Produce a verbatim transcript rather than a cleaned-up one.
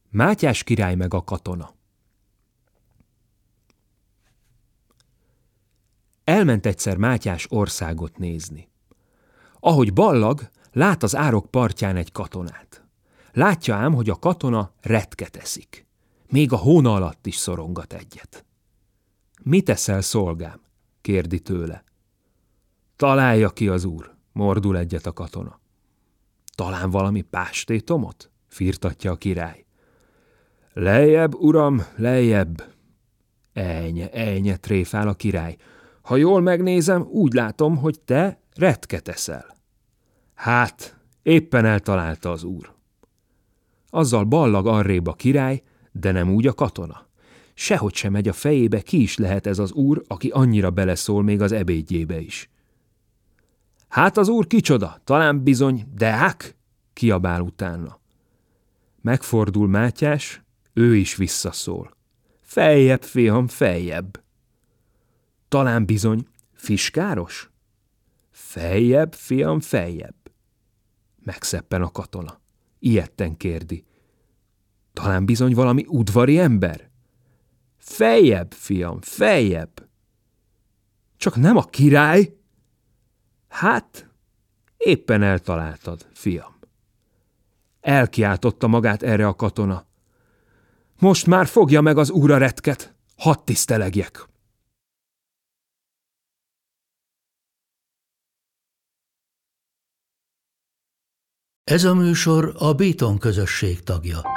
Mátyás király meg a katona. Elment egyszer Mátyás országot nézni. Ahogy ballag, lát az árok partján egy katonát. Látja ám, hogy a katona retket eszik. Még a hóna alatt is szorongat egyet. Mit eszel, szolgám? Kérdi tőle. Találja ki az úr, mordul egyet a katona. Talán valami pástétomot? Firtatja a király. Lejjebb, uram, lejjebb. Ejnye, ejnye, tréfál a király. Ha jól megnézem, úgy látom, hogy te retket eszel. Hát, éppen eltalálta az úr. Azzal ballag arrébb a király, de nem úgy a katona. Sehogy sem megy a fejébe, ki is lehet ez az úr, aki annyira beleszól még az ebédjébe is. Hát az úr kicsoda, talán bizony Deák? Kiabál utána. Megfordul Mátyás, ő is visszaszól. Feljebb, fiam, feljebb. Talán bizony Fiskáros? Feljebb, fiam, feljebb. Megszeppen a katona. Ijedten kérdi. Talán bizony valami udvari ember? Feljebb, fiam, feljebb. Csak nem a király? Hát, éppen eltaláltad, fiam. Elkiáltotta magát erre a katona. Most már fogja meg az úr a retket, hadd tisztelegjek. Ez a műsor a Béton közösség tagja.